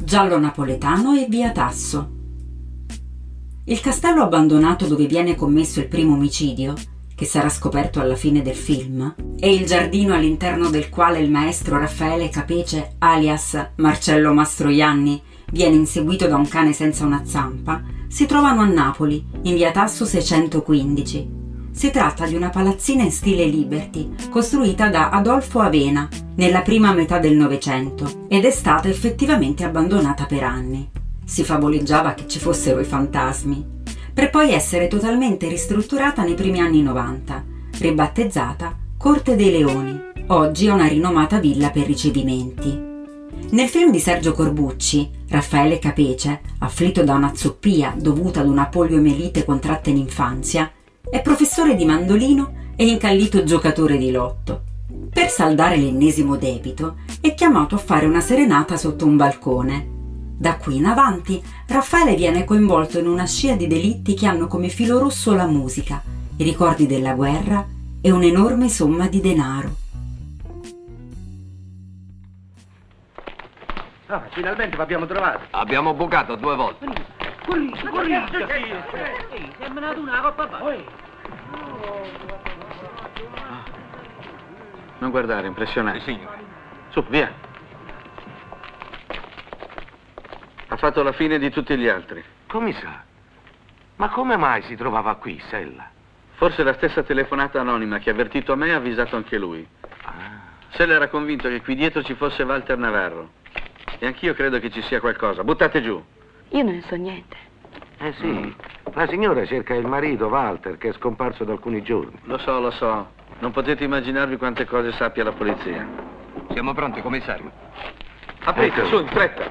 giallo napoletano e via Tasso. Il castello abbandonato dove viene commesso il primo omicidio, che sarà scoperto alla fine del film, e il giardino all'interno del quale il maestro Raffaele Capece, alias Marcello Mastroianni, viene inseguito da un cane senza una zampa, si trovano a Napoli, in via Tasso 615. Si tratta di una palazzina in stile Liberty, costruita da Adolfo Avena nella prima metà del Novecento ed è stata effettivamente abbandonata per anni. Si favoleggiava che ci fossero i fantasmi, per poi essere totalmente ristrutturata nei primi anni 90, ribattezzata Corte dei Leoni. Oggi è una rinomata villa per ricevimenti. Nel film di Sergio Corbucci, Raffaele Capece, afflitto da una zoppia dovuta ad una poliomielite contratta in infanzia, è professore di mandolino e incallito giocatore di lotto. Per saldare l'ennesimo debito è chiamato a fare una serenata sotto un balcone. Da qui in avanti Raffaele viene coinvolto in una scia di delitti che hanno come filo rosso la musica, i ricordi della guerra e un'enorme somma di denaro. Ah, finalmente vi abbiamo trovato. Abbiamo bucato 2 volte. Corri! Sembra una coppa poi. Non guardare, impressionante. Sì, signore. Su, via. Ha fatto la fine di tutti gli altri. Commissario, ma come mai si trovava qui, Sella? Forse la stessa telefonata anonima che ha avvertito me ha avvisato anche lui. Sella era convinto che qui dietro ci fosse Walter Navarro. E anch'io credo che ci sia qualcosa. Buttate giù. Io non ne so niente. Eh sì, la signora cerca il marito, Walter, che è scomparso da alcuni giorni. Lo so. Non potete immaginarvi quante cose sappia la polizia. Siamo pronti, commissario. Aprite, Ecco. su, in fretta.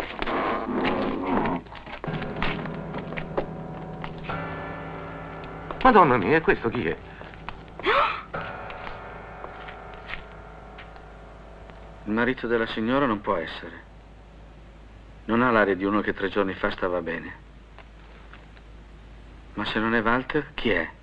Madonna mia, e questo chi è? Il marito della signora non può essere. Non ha l'aria di uno che 3 giorni fa stava bene. Ma se non è Walter, chi è?